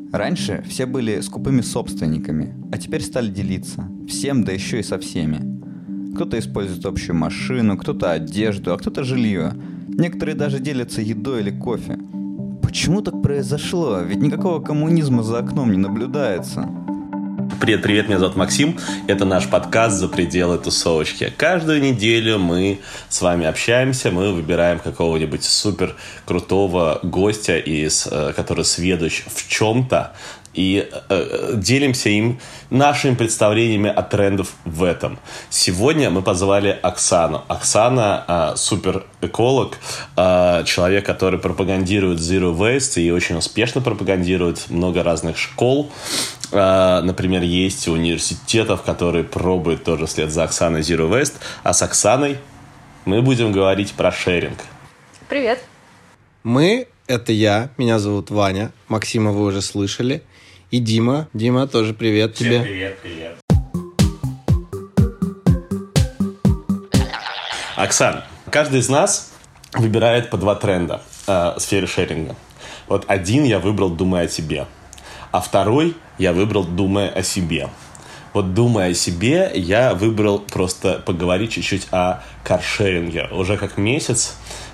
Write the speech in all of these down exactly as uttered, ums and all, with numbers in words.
Раньше все были скупыми собственниками, а теперь стали делиться. Всем, да еще и со всеми. Кто-то использует общую машину, кто-то одежду, а кто-то жилье. Некоторые даже делятся едой или кофе. Почему так произошло? Ведь никакого коммунизма за окном не наблюдается. Привет-привет, меня зовут Максим. Это наш подкаст «За пределы тусовочки». Каждую неделю мы с вами общаемся, мы выбираем какого-нибудь супер крутого гостя, из, который сведущ в чем-то, и э, делимся им нашими представлениями о трендах в этом. Сегодня мы позвали Оксану. Оксана э, супер эколог, э, человек, который пропагандирует Zero Waste и очень успешно пропагандирует много разных школ. Э, например, есть университетов, которые пробуют тоже вслед за Оксаной Zero Waste. А с Оксаной мы будем говорить про шеринг. Привет. Мы — это я, меня зовут Ваня, Максима вы уже слышали. И Дима. Дима, тоже привет Всем тебе. Привет, привет. Оксан, каждый из нас выбирает по два тренда э, в сфере шеринга. Вот один я выбрал, думая о себе, а второй я выбрал, думая о себе. Вот думая о себе, я выбрал просто поговорить чуть-чуть о каршеринге. Уже как месяц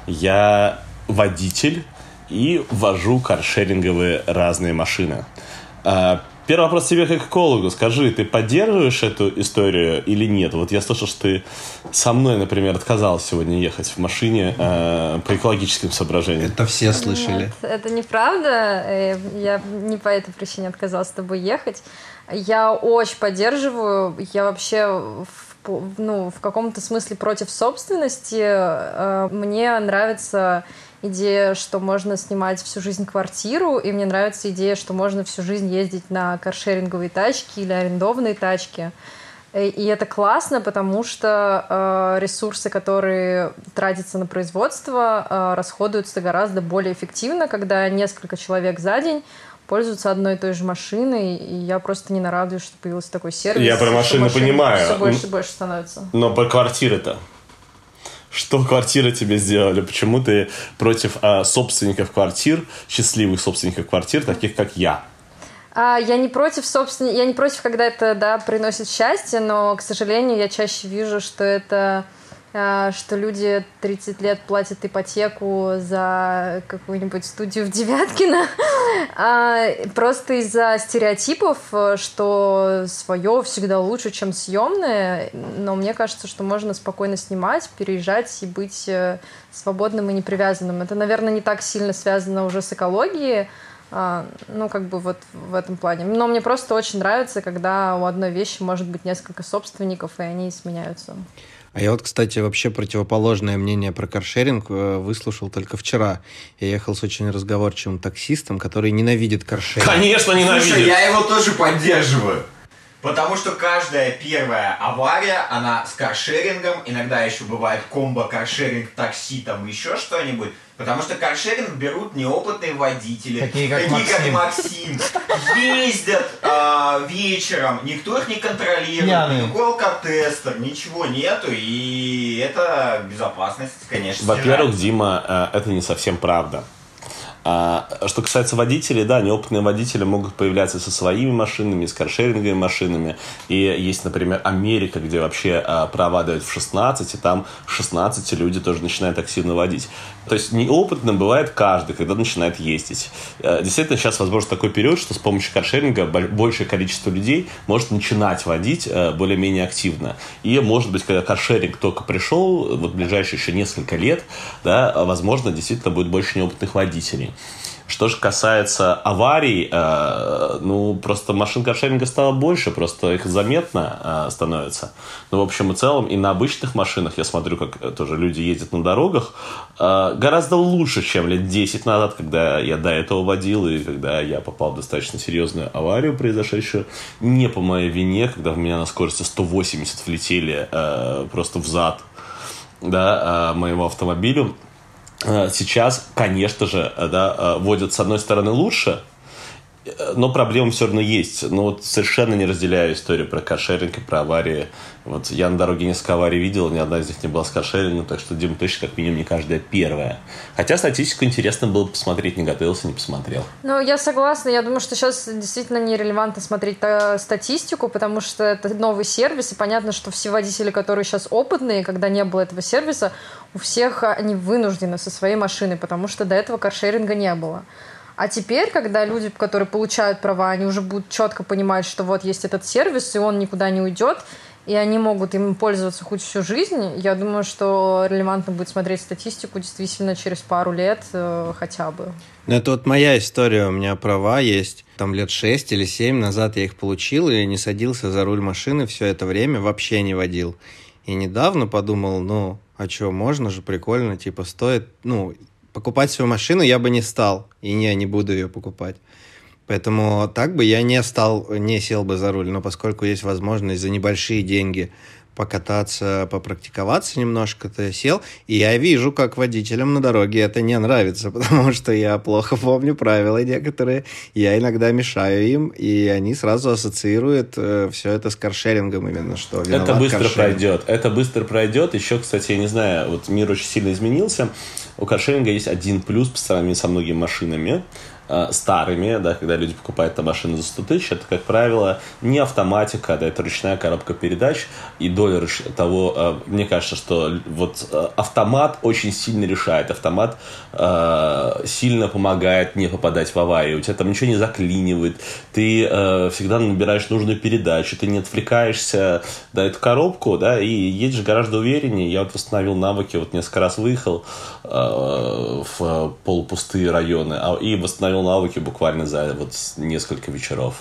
я водитель и вожу каршеринговые разные машины. Первый вопрос тебе как экологу. Скажи, ты поддерживаешь эту историю или нет? Вот я слышал, что ты со мной, например, отказался сегодня ехать в машине э, по экологическим соображениям. Это все слышали. Нет, это неправда. Я не по этой причине отказалась с тобой ехать. Я очень поддерживаю. Я вообще в, ну, в каком-то смысле против собственности. Мне нравится идея, что можно снимать всю жизнь квартиру, и мне нравится идея, что можно всю жизнь ездить на каршеринговые тачки или арендованные тачки. И это классно, потому что э, ресурсы, которые тратятся на производство, э, расходуются гораздо более эффективно, когда несколько человек за день пользуются одной и той же машиной, и я просто не нарадуюсь, что появился такой сервис. Я про машины понимаю. Все больше и больше становится. Но по квартире-то? Что квартиры тебе сделали? Почему ты против а, собственников квартир, счастливых собственников квартир, таких как я? А, я не против, собственно, я не против, когда это, да, приносит счастье, но, к сожалению, я чаще вижу, что это, а, что люди тридцать лет платят ипотеку за какую-нибудь студию в Девяткино, а, просто из-за стереотипов, что свое всегда лучше, чем съемное. Но мне кажется, что можно спокойно снимать, переезжать и быть свободным и непривязанным. Это, наверное, не так сильно связано уже с экологией, а, ну, как бы вот в этом плане. Но мне просто очень нравится, когда у одной вещи может быть несколько собственников, и они сменяются. А я вот, кстати, вообще противоположное мнение про каршеринг выслушал только вчера. Я ехал с очень разговорчивым таксистом, который ненавидит каршеринг. Конечно, ненавидит. Слушай, я его тоже поддерживаю. Потому что каждая первая авария, она с каршерингом, иногда еще бывает комбо каршеринг, такси, там еще что-нибудь. Потому что каршеринг берут неопытные водители, такие как, такие, Максим. как Максим, ездят э, вечером, никто их не контролирует, Пьяные. никакой алкотестер, ничего нету, и это безопасность, конечно. Во-первых, Дима, это не совсем правда. А, что касается водителей, да, неопытные водители могут появляться со своими машинами, с каршеринговыми машинами. И есть, например, Америка, где вообще а, права дают в шестнадцать, и там в шестнадцать люди тоже начинают активно водить. То есть неопытным бывает каждый, когда начинает ездить. А, действительно, сейчас возможно такой период, что с помощью каршеринга большее количество людей может начинать водить а, более-менее активно. И, может быть, когда каршеринг только пришел, вот в ближайшие еще несколько лет, да, возможно, действительно будет больше неопытных водителей. Что же касается аварий, э, ну, просто машин каршеринга стало больше, просто их заметно э, становится. Но, в общем и целом, и на обычных машинах, я смотрю, как тоже люди ездят на дорогах, э, гораздо лучше, чем лет десять назад, когда я до этого водил, и когда я попал в достаточно серьезную аварию, произошедшую не по моей вине, когда в меня на скорости сто восемьдесят влетели э, просто в зад, да, э, моего автомобиля. Сейчас, конечно же, да, водят с одной стороны лучше, Но проблема все равно есть. Но вот совершенно не разделяю историю про каршеринг и про аварии. Вот я на дороге несколько аварий видел, ни одна из них не была с каршерингом, так что, Дима, точно как минимум не каждая первая. Хотя статистику интересно было посмотреть, не готовился, не посмотрел. Ну, я согласна. Я думаю, что сейчас действительно нерелевантно смотреть статистику, потому что это новый сервис, и понятно, что все водители, которые сейчас опытные, когда не было этого сервиса, у всех они вынуждены со своей машиной, потому что до этого каршеринга не было. А теперь, когда люди, которые получают права, они уже будут четко понимать, что вот есть этот сервис, и он никуда не уйдет, и они могут им пользоваться хоть всю жизнь, я думаю, что релевантно будет смотреть статистику действительно через пару лет э, хотя бы. Ну, это вот моя история, у меня права есть. Там лет шесть или семь назад я их получил и не садился за руль машины все это время, вообще не водил. И недавно подумал, ну, а что, можно же, прикольно, типа стоит, ну... Покупать свою машину я бы не стал, и не, не буду ее покупать. Поэтому так бы я не стал, не сел бы за руль, но поскольку есть возможность за небольшие деньги покататься, попрактиковаться немножко, то я сел, и я вижу, как водителям на дороге это не нравится, потому что я плохо помню правила некоторые, я иногда мешаю им, и они сразу ассоциируют э, все это с каршерингом именно, что виноват это быстро каршеринг. пройдет, это быстро пройдет. Еще, кстати, я не знаю, вот мир очень сильно изменился. У каршеринга есть один плюс по сравнению со многими машинами э, старыми, да, когда люди покупают там машины за сто тысяч, это, как правило, не автоматика, да, это ручная коробка передач, и доля того, э, мне кажется, что вот э, автомат очень сильно решает, автомат э, сильно помогает не попадать в аварию, у тебя там ничего не заклинивает, ты э, всегда набираешь нужную передачу, ты не отвлекаешься на эту коробку, да, и едешь гораздо увереннее. Я вот восстановил навыки, вот несколько раз выехал э, в полупустые районы и восстановил навыки буквально за вот несколько вечеров.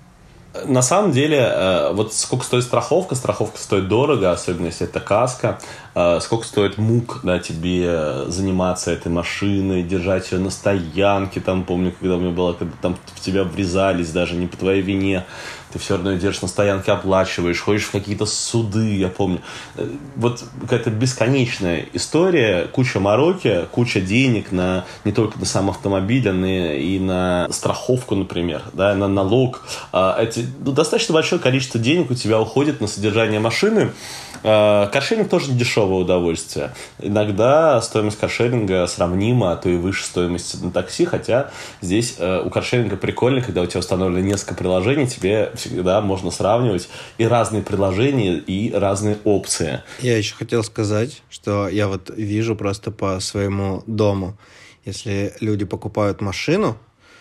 На самом деле, вот сколько стоит страховка, страховка стоит дорого, особенно если это каска. Сколько стоит мук, да, тебе заниматься этой машиной, держать ее на стоянке, там, помню, когда у меня было, когда там в тебя врезались, даже не по твоей вине, ты все равно ее держишь на стоянке, оплачиваешь, ходишь в какие-то суды, я помню. Вот какая-то бесконечная история, куча мороки, куча денег на, не только на сам автомобиль, но и на страховку, например, да, на налог. Эти, ну, достаточно большое количество денег у тебя уходит на содержание машины. Каршеринг тоже не дешевое удовольствие. Иногда стоимость каршеринга сравнима, а то и выше стоимости на такси, хотя здесь у каршеринга прикольно, когда у тебя установлено несколько приложений, тебе всегда можно сравнивать и разные приложения, и разные опции. Я еще хотел сказать, что я вот вижу просто по своему дому, если люди покупают машину,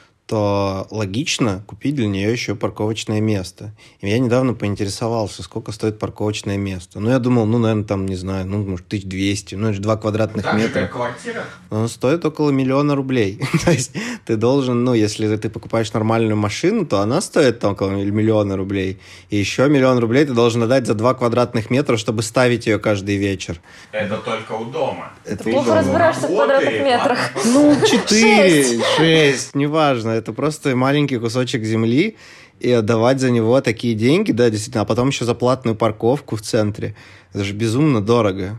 то логично купить для нее еще парковочное место. И я недавно поинтересовался, сколько стоит парковочное место. Ну, я думал, ну, наверное, там, не знаю, ну, может, тысяч двести, ну, это же два квадратных так метра. Так же, как квартира? Он стоит около миллиона рублей. То есть ты должен, ну, если ты покупаешь нормальную машину, то она стоит там около миллиона рублей. И еще миллион рублей ты должен отдать за два квадратных метра, чтобы ставить ее каждый вечер. Это только у дома. Это ты плохо разбираешься в квадратных метрах. Ну, четыре, шесть, неважно. Это просто маленький кусочек земли, и отдавать за него такие деньги, да, действительно, а потом еще за платную парковку в центре. Это же безумно дорого.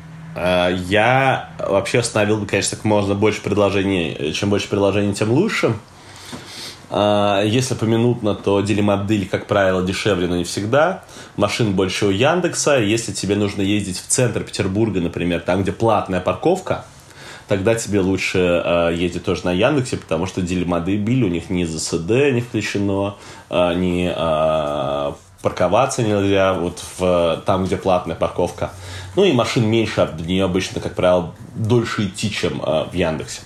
Я вообще установил, конечно, как можно больше предложений. Чем больше предложений, тем лучше. Если поминутно, то Делимобиль, как правило, дешевле, но не всегда. Машин больше у Яндекса. Если тебе нужно ездить в центр Петербурга, например, там, где платная парковка, тогда тебе лучше э, ездить тоже на Яндексе, потому что Делимобиль у них ни ЗСД не включено, э, ни э, парковаться нельзя вот в, там, где платная парковка. Ну и машин меньше, а до нее обычно, как правило, дольше идти, чем э, в Яндексе.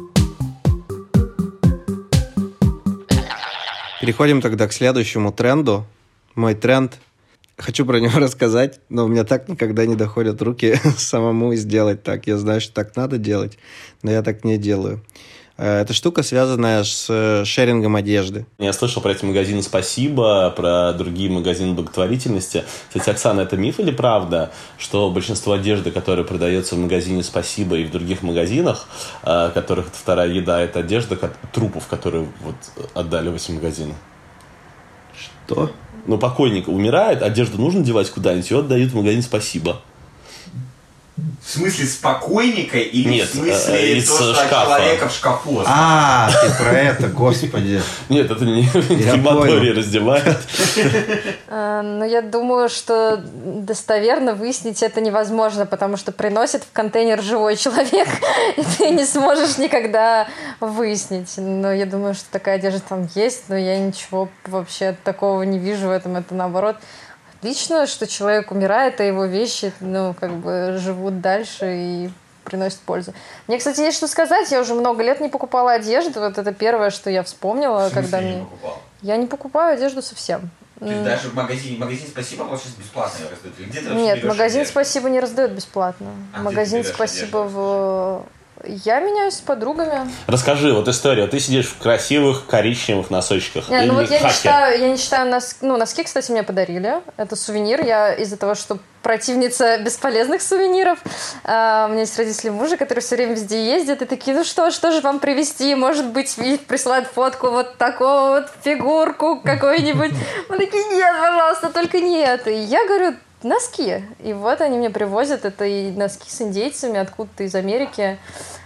Переходим тогда к следующему тренду. Мой тренд. Хочу про него рассказать, но у меня так никогда не доходят руки самому сделать так. Я знаю, что так надо делать, но я так не делаю. Эта штука, связанная с шерингом одежды. Я слышал про эти магазины «Спасибо», про другие магазины благотворительности. Кстати, Оксана, это миф или правда, что большинство одежды, которая продается в магазине «Спасибо» и в других магазинах, которых вторая еда, это одежда трупов, которые вот отдали в эти магазины? Что? Ну, покойник умирает, одежду нужно девать куда-нибудь, ее отдают в магазин «Спасибо». В смысле с покойника или Нет, в смысле из то, что от шкафа. человека в шкафу? А, ты про это, господи. Нет, это не крематорий раздевает. Ну, я думаю, что достоверно выяснить это невозможно, потому что приносит в контейнер живой человек, и ты не сможешь никогда выяснить. Но я думаю, что такая одежда там есть, но я ничего вообще такого не вижу в этом. Это наоборот отлично, что человек умирает, а его вещи, ну, как бы живут дальше и приносят пользу. Мне, кстати, есть что сказать. Я уже много лет не покупала одежду. Вот это первое, что я вспомнила, когда мне... Я не покупаю одежду совсем. То есть даже в магазине, магазин «Спасибо» вот сейчас бесплатно ее раздают? Или где ты вообще Нет, берешь магазин одежду? «Спасибо» не раздает бесплатно. А магазин где ты берешь «Спасибо» одежду? в... Я меняюсь с подругами. Расскажи, вот история. Ты сидишь в красивых коричневых носочках. Не, ну вот я не хаке. считаю, я не считаю носки, ну, носки, кстати, мне подарили. Это сувенир. Я из-за того, что противница бесполезных сувениров. А, у меня есть родители мужа, которые все время везде ездят и такие, ну что, что же вам привезти? Может быть, присылают фотку вот такого вот, фигурку какой-нибудь. Мы такие, нет, пожалуйста, только нет. И я говорю, носки. И вот они мне привозят. Это и носки с индейцами откуда-то из Америки.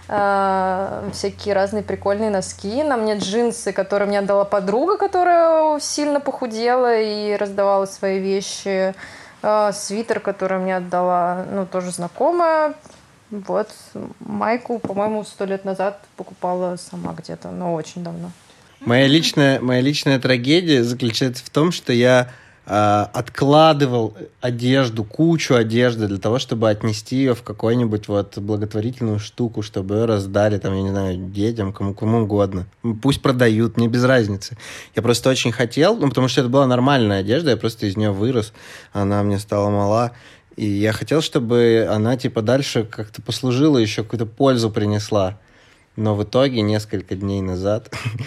Uh, всякие разные прикольные носки. На мне джинсы, которые мне отдала подруга, которая сильно похудела и раздавала свои вещи. Uh, свитер, который мне отдала, ну, тоже знакомая. Вот. Майку, по-моему, сто лет назад покупала сама где-то, но очень давно. Моя личная, моя личная трагедия заключается в том, что я э, откладывал одежду, кучу одежды для того, чтобы отнести ее в какую-нибудь вот благотворительную штуку, чтобы ее раздали, там, я не знаю, детям, кому, кому угодно. Пусть продают, мне без разницы. Я просто очень хотел, ну, потому что это была нормальная одежда, я просто из нее вырос, она мне стала мала. И я хотел, чтобы она, типа, дальше как-то послужила, еще какую-то пользу принесла. Но в итоге, несколько дней назад,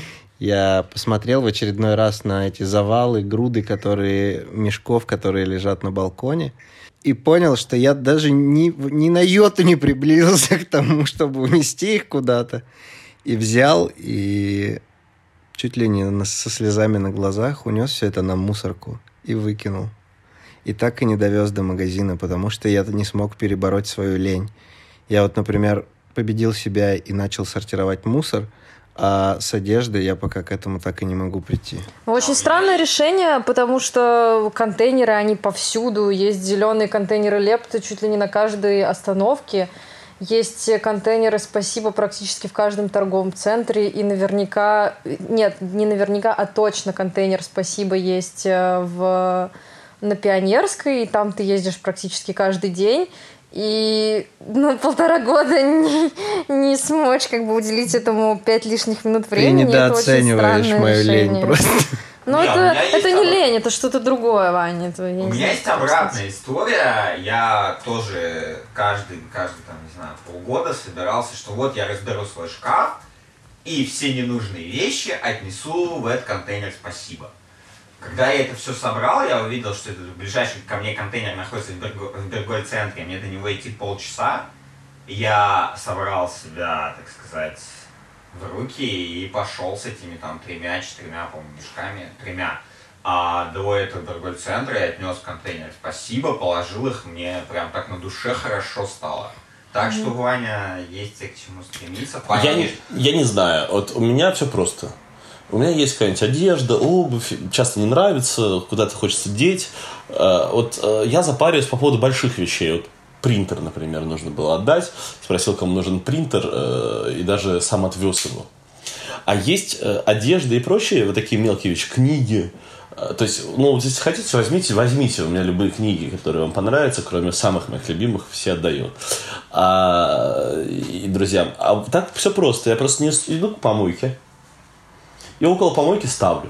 я посмотрел в очередной раз на эти завалы, груды, которые, мешков, которые лежат на балконе, и понял, что я даже ни, ни на йоту не приблизился к тому, чтобы унести их куда-то. И взял, и чуть ли не со слезами на глазах унес все это на мусорку и выкинул. И так и не довез до магазина, потому что я не смог перебороть свою лень. Я вот, например, победил себя и начал сортировать мусор, а с одеждой я пока к этому так и не могу прийти. Очень странное решение, потому что контейнеры, они повсюду. Есть зеленые контейнеры лепты чуть ли не на каждой остановке. Есть контейнеры «Спасибо» практически в каждом торговом центре. И наверняка... Нет, не наверняка, а точно контейнер «Спасибо» есть в... на Пионерской. И там ты ездишь практически каждый день. И ну, полтора года не, не смочь как бы уделить этому пять лишних минут времени. Ты недооцениваешь мою решение. лень просто. Ну, Не, это, это не об... лень, это что-то другое, Ваня. Это, у меня знаю, есть обратная история. Я тоже каждый, каждый там, не знаю, полгода собирался, что вот я разберу свой шкаф и все ненужные вещи отнесу в этот контейнер «Спасибо». Когда я это все собрал, я увидел, что этот ближайший ко мне контейнер находится в, Берго, в Бергой-центре, мне до него идти полчаса. Я собрал себя, так сказать, в руки и пошел с этими там тремя-четырьмя, по-моему, мешками, тремя. А до этого Бергой-центра я отнес контейнер «Спасибо», положил их, мне прям так на душе хорошо стало. Так mm-hmm. что, Ваня, есть к чему стремиться. Я не, я не знаю, вот у меня все просто. У меня есть какая-нибудь одежда, обувь, часто не нравится, куда-то хочется деть. Вот я запариваюсь по поводу больших вещей. Вот принтер, например, нужно было отдать. Спросил, кому нужен принтер, и даже сам отвез его. А есть одежда и прочие вот такие мелкие вещи, книги. То есть, ну, если хотите, возьмите, возьмите. У меня любые книги, которые вам понравятся, кроме самых моих любимых, все отдаю. А, и друзьям. А так все просто. Я просто не иду к помойке. Я около помойки ставлю.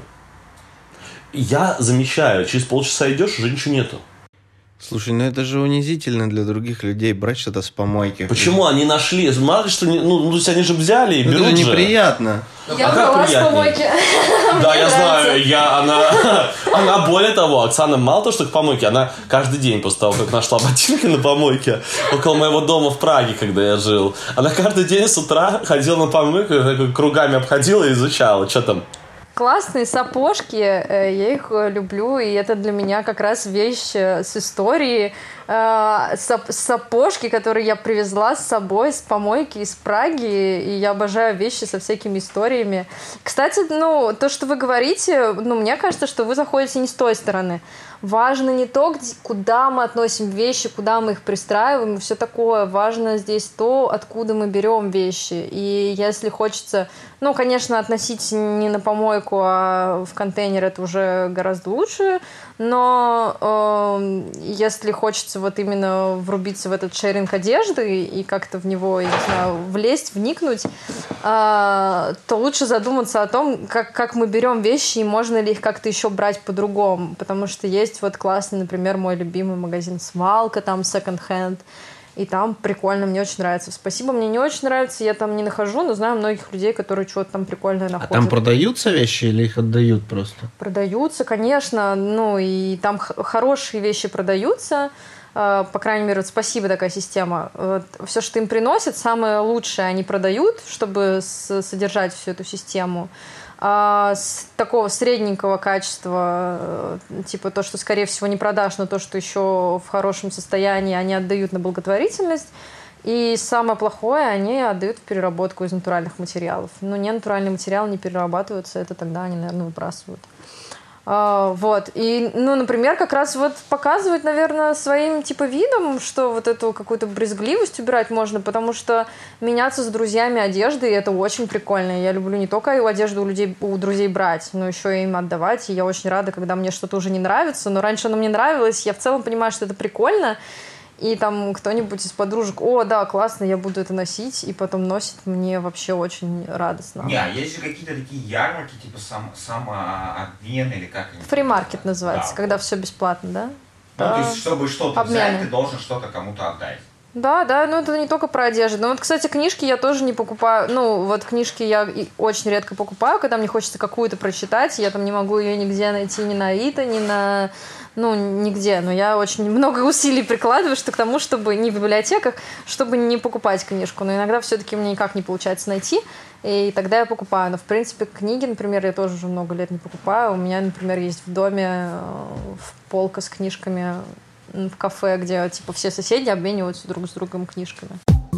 Я замечаю, через полчаса идешь, уже ничего нету. Слушай, ну это же унизительно для других людей брать что-то с помойки. Почему они нашли? Мало ли что, ну, ну, то есть они же взяли и ну, берут это же. неприятно. Я а брала с помойки. Да, я знаю. Я, она, она, более того, Оксана мало того, что к помойке, она каждый день после того, как нашла ботинки на помойке около моего дома в Праге, когда я жил, она каждый день с утра ходила на помойку, кругами обходила и изучала, что там. Классные сапожки, я их люблю, и это для меня как раз вещь с историей. Сапожки, которые я привезла с собой с помойки из Праги, и я обожаю вещи со всякими историями. Кстати, ну, то, что вы говорите, ну, мне кажется, что вы заходите не с той стороны. Важно не то, где, куда мы относим вещи, куда мы их пристраиваем и все такое. Важно здесь то, откуда мы берем вещи. И если хочется, ну, конечно, относить не на помойку, а в контейнер, это уже гораздо лучше. Но э, если хочется вот именно врубиться в этот шеринг одежды и как-то в него, я не знаю, влезть, вникнуть, э, то лучше задуматься о том, как, как мы берем вещи и можно ли их как-то еще брать по-другому. Потому что есть вот классный, например, мой любимый магазин «Свалка», там second hand. И там прикольно, мне очень нравится. Спасибо, мне не очень нравится, я там не нахожу, но знаю многих людей, которые что-то там прикольное находят. А там продаются вещи или их отдают просто? Продаются, конечно, ну и там х- хорошие вещи продаются. По крайней мере, вот спасибо, такая система. Вот, все, что им приносят, самое лучшее они продают, чтобы с- содержать всю эту систему. А с такого средненького качества, типа то, что, скорее всего, не продашь, но то, что еще в хорошем состоянии, они отдают на благотворительность. И самое плохое, они отдают в переработку из натуральных материалов. Но не натуральные материалы не перерабатываются, это тогда они, наверное, выбрасывают. Uh, вот. И, ну, например, как раз вот показывать, наверное, своим типа видом, что вот эту какую-то брезгливость убирать можно, потому что меняться с друзьями одеждой, это очень прикольно. Я люблю не только одежду у людей, у друзей брать, но еще и им отдавать. И я очень рада, когда мне что-то уже не нравится, но раньше оно мне нравилось, я в целом понимаю, что это прикольно. И там кто-нибудь из подружек: о, да, классно, я буду это носить, и потом носит, мне вообще очень радостно. Не, а есть же какие-то такие ярмарки, типа сам, самообмен или как они? Фримаркет называется, да, когда вот. все бесплатно, да? Ну, да. то есть, чтобы что-то Обмены. взять, ты должен что-то кому-то отдать. Да, да, но это не только про одежду. Но вот, кстати, книжки я тоже не покупаю. Ну, вот книжки я очень редко покупаю, когда мне хочется какую-то прочитать. Я там не могу ее нигде найти, ни на Авито, ни на... Ну, нигде. Но я очень много усилий прикладываю что к тому, чтобы не в библиотеках, чтобы не покупать книжку. Но иногда все-таки мне никак не получается найти, и тогда я покупаю. Но, в принципе, книги, например, я тоже уже много лет не покупаю. У меня, например, есть в доме полка с книжками в кафе, где типа все соседи обмениваются друг с другом книжками.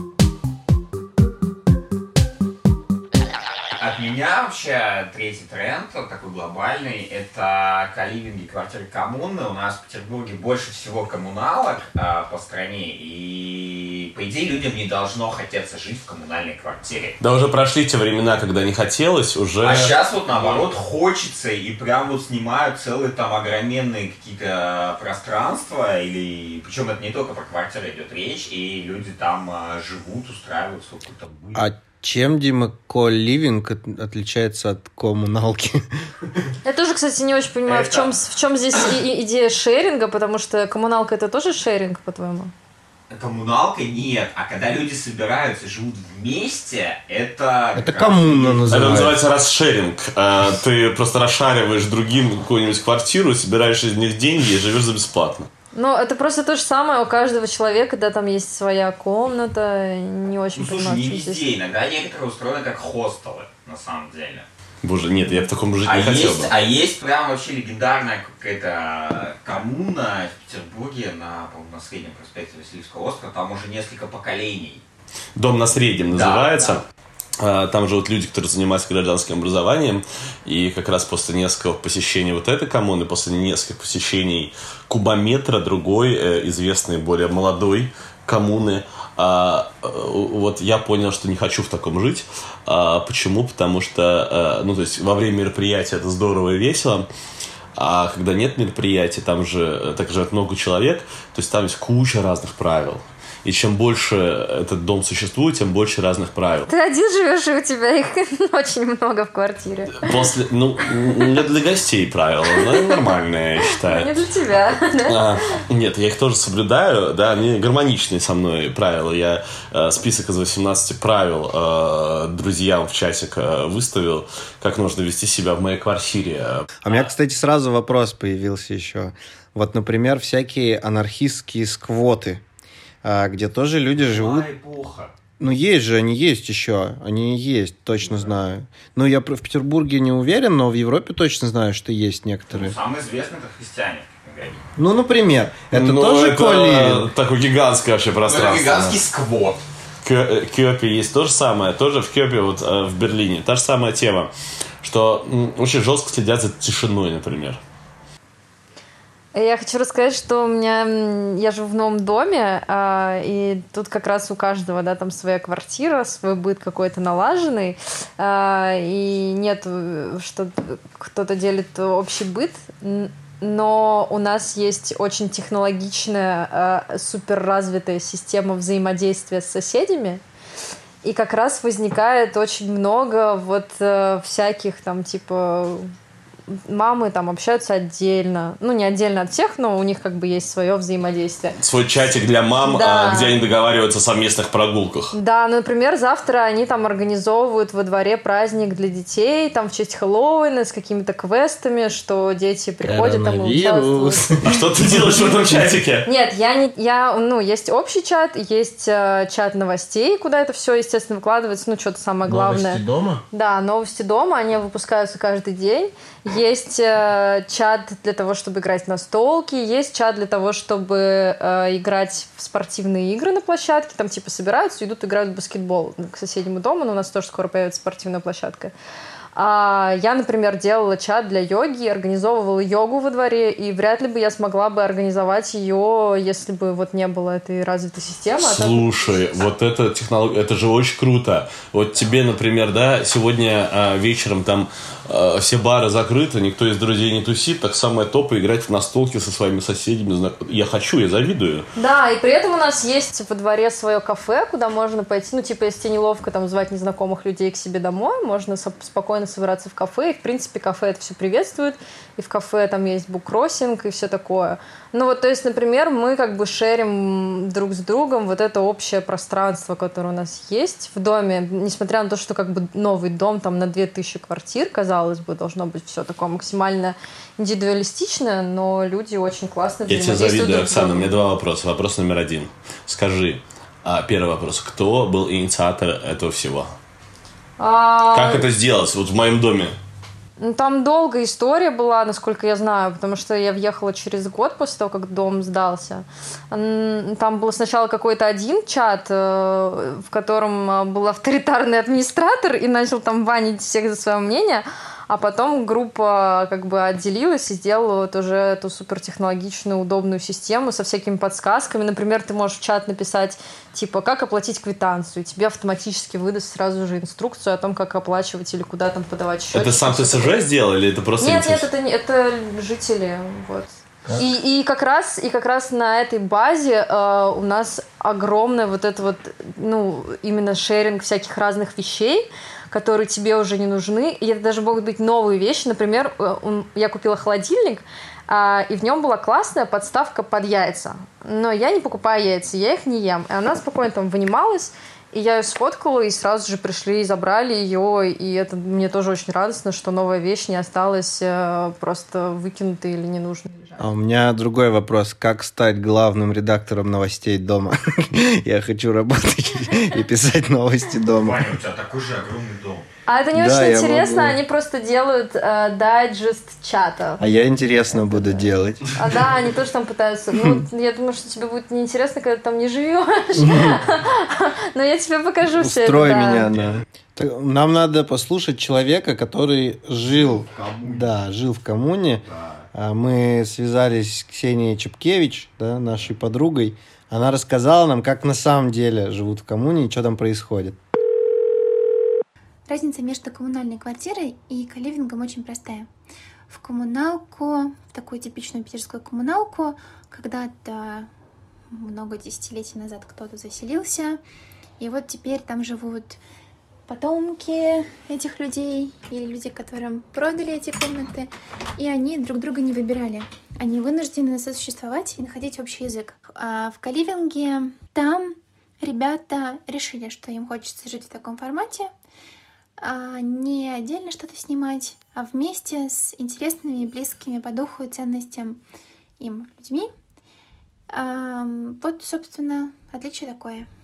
От меня вообще третий тренд, вот такой глобальный, это коливинги, квартиры коммуны. У нас в Петербурге больше всего коммуналок а, по стране, и по идее людям не должно хотеться жить в коммунальной квартире. Да уже прошли те времена, когда не хотелось, уже... А сейчас вот наоборот хочется, и прям вот снимают целые там огроменные какие-то пространства, или причем это не только про квартиры идет речь, и люди там а, живут, устраиваются в какой-то быт. А чем, Дима, ко-ливинг отличается от коммуналки? Я тоже, кстати, не очень понимаю, Это... в чем, в чем здесь и, и идея шеринга, потому что коммуналка — это тоже шеринг, по-твоему? Коммуналка нет, а когда люди собираются и живут вместе, это... Это коммуна называется. Это называется расшеринг. Ты просто расшариваешь другим какую-нибудь квартиру, собираешь из них деньги и живешь за бесплатно. Ну, это просто то же самое у каждого человека, да, там есть своя комната, не очень Ну, понимаю, слушай, не что везде, здесь. иногда некоторые устроены как хостелы, на самом деле. Боже, нет, я в таком жить А не хотел есть, бы. а есть прям вообще легендарная какая-то коммуна в Петербурге на, по-моему, на Среднем проспекте Васильевского острова, там уже несколько поколений. Дом на Среднем Да, называется. Там живут люди, которые занимаются гражданским образованием, и как раз после нескольких посещений вот этой коммуны, после нескольких посещений Кубометра, другой, известной, более молодой коммуны, вот я понял, что не хочу в таком жить. Почему? Потому что, ну, то есть во время мероприятия это здорово и весело, а когда нет мероприятия, там же так живет много человек, то есть там есть куча разных правил. И чем больше этот дом существует, тем больше разных правил. Ты один живешь, и у тебя их очень много в квартире. После, ну, не для гостей правила, но нормальные, я считаю. Не для тебя, да? А, нет, я их тоже соблюдаю, да, они гармоничные со мной правила. Я э, список из восемнадцати правил э, друзьям в чатик э, выставил, как нужно вести себя в моей квартире. А у меня, кстати, сразу вопрос появился еще. Вот, например, всякие анархистские сквоты, где тоже люди живут... Была эпоха. Ну, есть же, они есть еще. Они есть, точно да. знаю. Но я в Петербурге не уверен, но в Европе точно знаю, что есть некоторые. Ну, самый известный — это христиане. Ну, например. Это ну, тоже это коливинг? Такое гигантское вообще пространство. Ну, это гигантский сквот. В Кёпе есть то же самое. Тоже в Кёпе, вот в Берлине. Та же самая тема. Что очень жестко следят за тишиной, например. Я хочу рассказать, что у меня я живу в новом доме, а, и тут как раз у каждого, да, там своя квартира, свой быт какой-то налаженный, а, и нет, что кто-то делит общий быт, но у нас есть очень технологичная, а, суперразвитая система взаимодействия с соседями, и как раз возникает очень много вот а, всяких там типа... Мамы там общаются отдельно. Ну, не отдельно от всех, но у них как бы есть свое взаимодействие. Свой чатик для мам, да. где они договариваются о совместных прогулках. Да, ну, например, завтра они там организовывают во дворе праздник для детей, там в честь Хэллоуина с какими-то квестами, что дети приходят там и участвуют. А что ты делаешь в этом чатике? Нет, я не... Я, ну, есть общий чат, есть э, чат новостей, куда это все, естественно, выкладывается, ну, что-то самое главное. Новости дома? Да, новости дома, они выпускаются каждый день. Есть э, чат для того, чтобы играть в настолки, есть чат для того, чтобы э, играть в спортивные игры на площадке, там типа собираются, идут играть в баскетбол к соседнему дому, но у нас тоже скоро появится спортивная площадка. А я, например, делала чат для йоги, организовывала йогу во дворе, и вряд ли бы я смогла бы организовать ее, если бы вот не было этой развитой системы. Слушай, а так... вот это технология, это же очень круто. Вот тебе, например, да, сегодня а, вечером там а, все бары закрыты, никто из друзей не тусит, так самое то поиграть в настолки со своими соседями. Я хочу, я завидую. Да, и при этом у нас есть во дворе свое кафе, куда можно пойти, ну, типа, если тебе неловко там звать незнакомых людей к себе домой, можно спокойно собираться в кафе, и, в принципе, кафе это все приветствует, и в кафе там есть буккроссинг и все такое. Ну вот, то есть, например, мы как бы шерим друг с другом вот это общее пространство, которое у нас есть в доме, несмотря на то, что как бы новый дом там на две тысячи квартир, казалось бы, должно быть все такое максимально индивидуалистичное, но люди очень классно взаимодействуют. Я тебе завидую, Оксана, у меня два вопроса. Вопрос номер один. Скажи, а, первый вопрос, кто был инициатор этого всего? А... Как это сделать вот в моем доме? Там долгая история была, насколько я знаю, потому что я въехала через год после того, как дом сдался. Там был сначала какой-то один чат, в котором был авторитарный администратор и начал там банить всех за свое мнение, а потом группа как бы отделилась и сделала вот уже эту супертехнологичную, удобную систему со всякими подсказками. Например, ты можешь в чат написать, типа, как оплатить квитанцию, и тебе автоматически выдаст сразу же инструкцию о том, как оплачивать или куда там подавать счет. Это сам ТСЖ сделал или это просто... Нет, нет, это, это жители, вот. И, и, как раз, и как раз на этой базе э, у нас огромное вот это вот, ну, именно шеринг всяких разных вещей, которые тебе уже не нужны. И это даже могут быть новые вещи. Например, я купила холодильник, и в нем была классная подставка под яйца. Но я не покупаю яйца, я их не ем. И она спокойно там вынималась, и я ее сфоткала, и сразу же пришли и забрали ее. И это мне тоже очень радостно, что новая вещь не осталась просто выкинутой или ненужной. А у меня другой вопрос. Как стать главным редактором новостей дома? Я хочу работать и писать новости дома. Ваня, у тебя такой же огромный дом. А это не Да, очень я интересно, могу. Они просто делают э, дайджест чата. А я интересно буду делать. А да, они тоже там пытаются. Ну, я думаю, что тебе будет неинтересно, когда ты там не живешь. Но я тебе покажу все это. Устрой меня, да. Нам надо послушать человека, который жил, да, жил в коммуне. Мы связались с Ксенией Чепкевич, да, нашей подругой. Она рассказала нам, как на самом деле живут в коммуне и что там происходит. Разница между коммунальной квартирой и коливингом очень простая. В коммуналку, в такую типичную питерскую коммуналку, когда-то много десятилетий назад кто-то заселился, и вот теперь там живут потомки этих людей или люди, которым продали эти комнаты, и они друг друга не выбирали. Они вынуждены сосуществовать и находить общий язык. А в коливинге там ребята решили, что им хочется жить в таком формате, а не отдельно что-то снимать, а вместе с интересными, близкими по духу и ценностям им людьми. А, вот, собственно, отличие такое.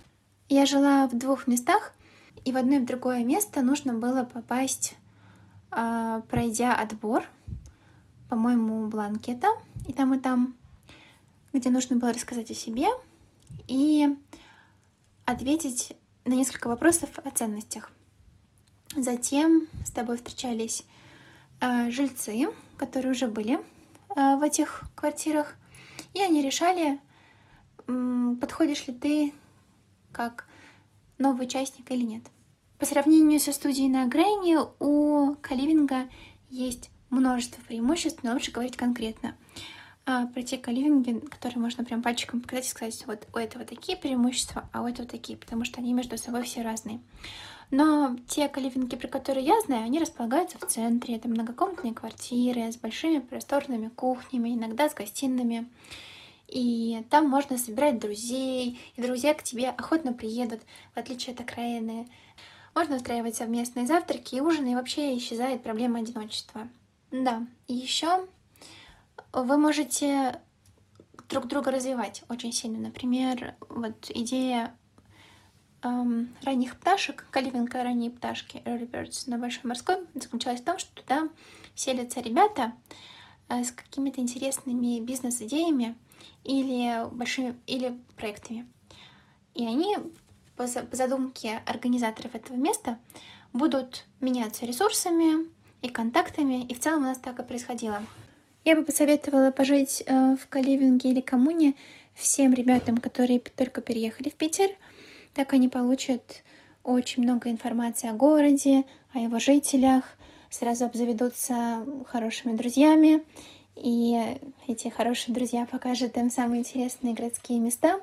Я жила в двух местах, и в одно и в другое место нужно было попасть, э, пройдя отбор, по-моему, бланкета, и там, и там, где нужно было рассказать о себе и ответить на несколько вопросов о ценностях. Затем с тобой встречались э, жильцы, которые уже были э, в этих квартирах, и они решали, э, подходишь ли ты как новый участник или нет. По сравнению со студией на Грейне у коливинга есть множество преимуществ, но лучше говорить конкретно. А про те коливинги, которые можно прям пальчиком показать и сказать, вот у этого такие преимущества, а у этого такие, потому что они между собой все разные. Но те коливинги, про которые я знаю, они располагаются в центре. Это многокомнатные квартиры с большими просторными кухнями, иногда с гостиными. И там можно собирать друзей, и друзья к тебе охотно приедут, в отличие от окраины. Можно устраивать совместные завтраки и ужины, и вообще исчезает проблема одиночества. Да, и еще вы можете друг друга развивать очень сильно. Например, вот идея эм, ранних пташек, коливинга ранние пташки, early birds на Большой Морской, заключалась в том, что туда селятся ребята э, с какими-то интересными бизнес-идеями или большими, или проектами. И они, по, по задумке организаторов этого места, будут меняться ресурсами и контактами, и в целом у нас так и происходило. Я бы посоветовала пожить э, в коливинге или коммуне всем ребятам, которые только переехали в Питер. Так они получат очень много информации о городе, о его жителях, сразу обзаведутся хорошими друзьями, и эти хорошие друзья покажут им самые интересные городские места.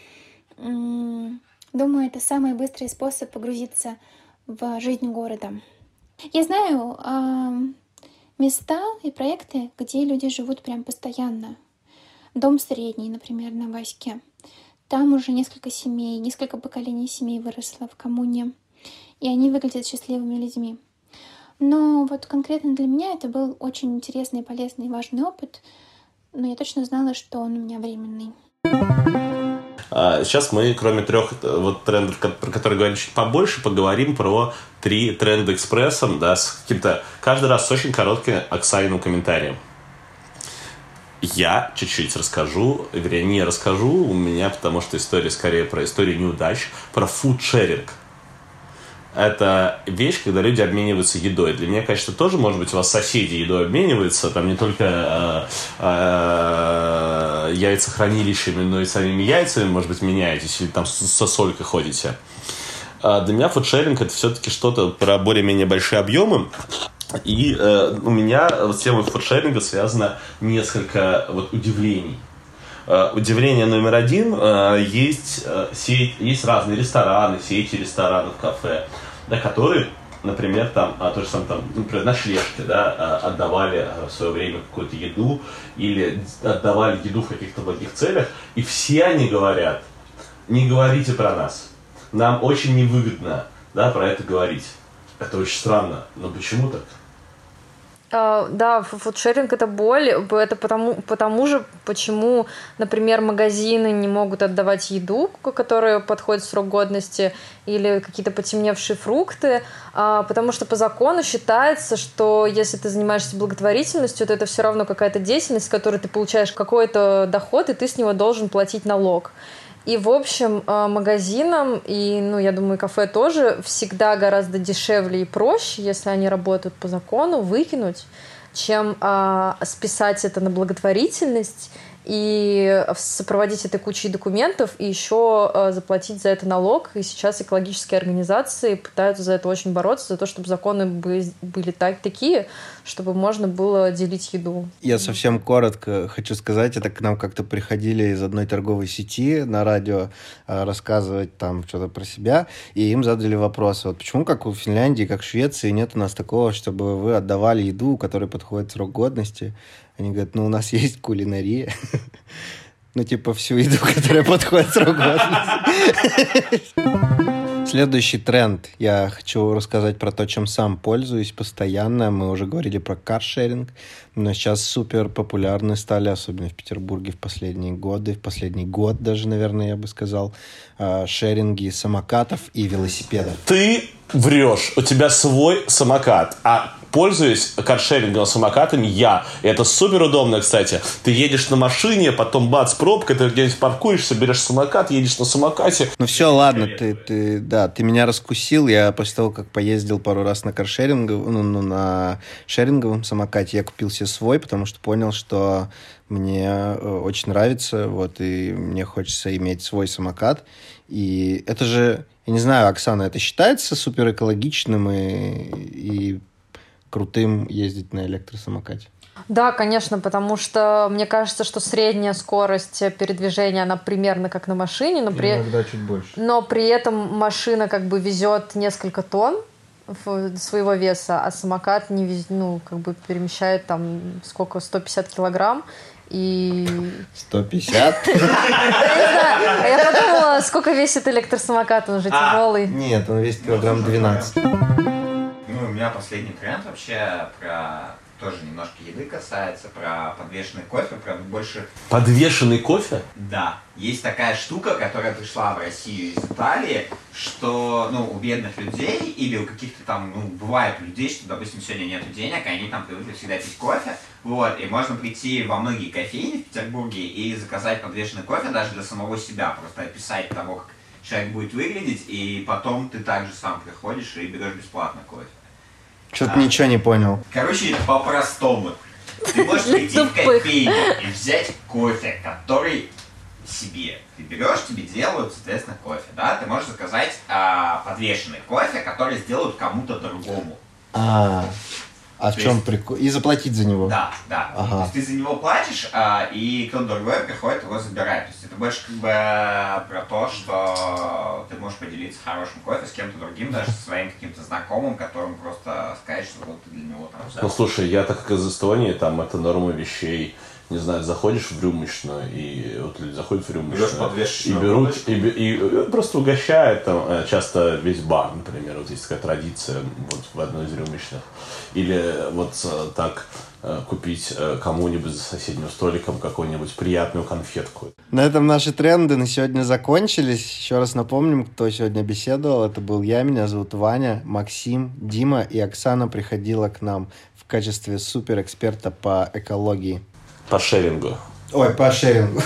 Думаю, это самый быстрый способ погрузиться в жизнь города. Я знаю э, места и проекты, где люди живут прям постоянно. Дом средний, например, на Ваське. Там уже несколько семей, несколько поколений семей выросло в коммуне. И они выглядят счастливыми людьми. Но вот конкретно для меня это был очень интересный, полезный и важный опыт. Но я точно знала, что он у меня временный. Сейчас мы, кроме трех вот трендов, про которые говорим чуть побольше, поговорим про три тренда экспрессом, да, с каким-то, каждый раз с очень коротким Оксаниным комментарием. Я чуть-чуть расскажу, вернее, не расскажу, у меня, потому что история скорее про историю неудач, про фудшеринг. Это вещь, когда люди обмениваются едой. Для меня, конечно, тоже, может быть, у вас соседи едой обмениваются, там не только э, э, яйцехранилищами, но и самими яйцами, может быть, меняетесь, или там со солькой ходите. А для меня фудшеринг — это все-таки что-то про более-менее большие объемы. И э, у меня вот с темой фудшеринга связано несколько вот удивлений. Uh, удивление номер один, uh, есть, uh, сеть, есть разные рестораны, сети ресторанов, кафе, да, которые, например, там, а, то же самое, там, например, ночлежки, да, uh, отдавали uh, в свое время какую-то еду или отдавали еду в каких-то благих целях, и все они говорят: не говорите про нас, нам очень невыгодно, да, про это говорить. Это очень странно, но почему так? Uh, да, фудшеринг — это боль, это потому, потому же, почему, например, магазины не могут отдавать еду, которая подходит в срок годности, или какие-то потемневшие фрукты, uh, потому что по закону считается, что если ты занимаешься благотворительностью, то это все равно какая-то деятельность, с которой ты получаешь какой-то доход, и ты с него должен платить налог. И, в общем, магазинам и, ну, я думаю, кафе тоже всегда гораздо дешевле и проще, если они работают по закону, выкинуть, чем а, списать это на благотворительность и сопроводить это кучей документов и еще а, заплатить за это налог. И сейчас экологические организации пытаются за это очень бороться, за то, чтобы законы были так, такие, чтобы можно было делить еду. Я совсем коротко хочу сказать, это к нам как-то приходили из одной торговой сети на радио рассказывать там что-то про себя, и им задали вопрос: вот почему как у Финляндии, как в Швеции нет у нас такого, чтобы вы отдавали еду, у которой подходит срок годности? Они говорят: ну у нас есть кулинария. Ну типа всю еду, которая подходит срок годности. Следующий тренд. Я хочу рассказать про то, чем сам пользуюсь постоянно. Мы уже говорили про каршеринг, но сейчас супер популярны стали, особенно в Петербурге в последние годы, в последний год даже, наверное, я бы сказал, шеринги самокатов и велосипедов. Ты врешь. У тебя свой самокат. А пользуюсь каршерингом самокатами я. И это супер удобно, кстати. Ты едешь на машине, потом бац, пробка, ты где-нибудь паркуешься, берешь самокат, едешь на самокате. Ну все, ладно, ты, ты, да, ты меня раскусил. Я после того, как поездил пару раз на каршеринговом, ну, ну, на шеринговом самокате, я купил себе свой, потому что понял, что мне очень нравится, вот, и мне хочется иметь свой самокат. И это же, я не знаю, Оксана, это считается супер экологичным и, и крутым ездить на электросамокате? Да, конечно, потому что мне кажется, что средняя скорость передвижения, она примерно как на машине, но при, иногда чуть больше. Но при этом машина как бы везет несколько тонн своего веса, а самокат не вез, ну, как бы перемещает там сколько, сто пятьдесят килограмм. И... сто пятьдесят? Я подумала, сколько весит электросамокат, он же тяжелый. Нет, он весит килограмм двенадцать. Ну, у меня последний тренд вообще про... тоже немножко еды касается, про подвешенный кофе, правда, больше... Подвешенный кофе? Да. Есть такая штука, которая пришла в Россию из Италии, что, ну, у бедных людей или у каких-то там, ну, бывает у людей, что, допустим, сегодня нет денег, и они там привыкли всегда пить кофе, вот, и можно прийти во многие кофейни в Петербурге и заказать подвешенный кофе даже для самого себя, просто описать того, как человек будет выглядеть, и потом ты также сам приходишь и берешь бесплатно кофе. Что-то А, ничего не понял. Короче, по-простому. Ты можешь прийти в кофейню и взять кофе, который себе. Ты берешь, тебе делают, соответственно, кофе, да? Ты можешь заказать а, подвешенный кофе, который сделают кому-то другому. А, а в То чем есть- прикол? И заплатить за него. Да, да. Ага. То есть ты за него платишь, а, и кто-то другой приходит его забирать. То есть это больше как бы про то, что ты можешь поделиться хорошим кофе с кем-то другим, даже со своим каким-то знакомым, которому просто сказать, что вот ты для него там взял. Ну, слушай, я так как из Эстонии, там это норма вещей. Не знаю, заходишь в рюмочную, и вот люди заходят в Берешь рюмочную, и подвешенную берут, водочку. и, бе- и просто угощают там э, часто весь бар, например, вот есть такая традиция вот в одной из рюмочных. Или вот э, так э, купить э, кому-нибудь за соседним столиком какую-нибудь приятную конфетку. На этом наши тренды на сегодня закончились. Еще раз напомним, кто сегодня беседовал. Это был я, меня зовут Ваня, Максим, Дима и Оксана приходила к нам в качестве суперэксперта по экологии. По шерингу. Ой, по шерингу.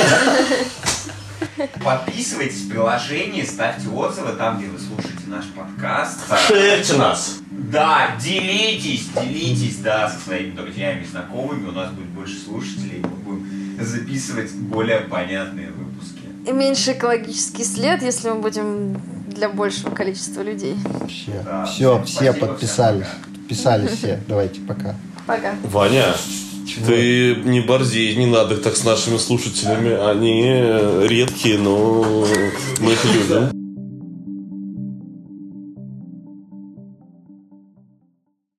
Подписывайтесь в приложении, ставьте отзывы там, где вы слушаете наш подкаст. Шерьте нас! Да, делитесь, делитесь, да, со своими друзьями и знакомыми. У нас будет больше слушателей, мы будем записывать более понятные выпуски. И меньше экологический след, если мы будем для большего количества людей. Вообще. Да, Все, всем все спасибо, подписались. всем Подписались все. Давайте, пока. Пока. Ваня, ты не борзей, не надо так с нашими слушателями. Они редкие, но мы их любим.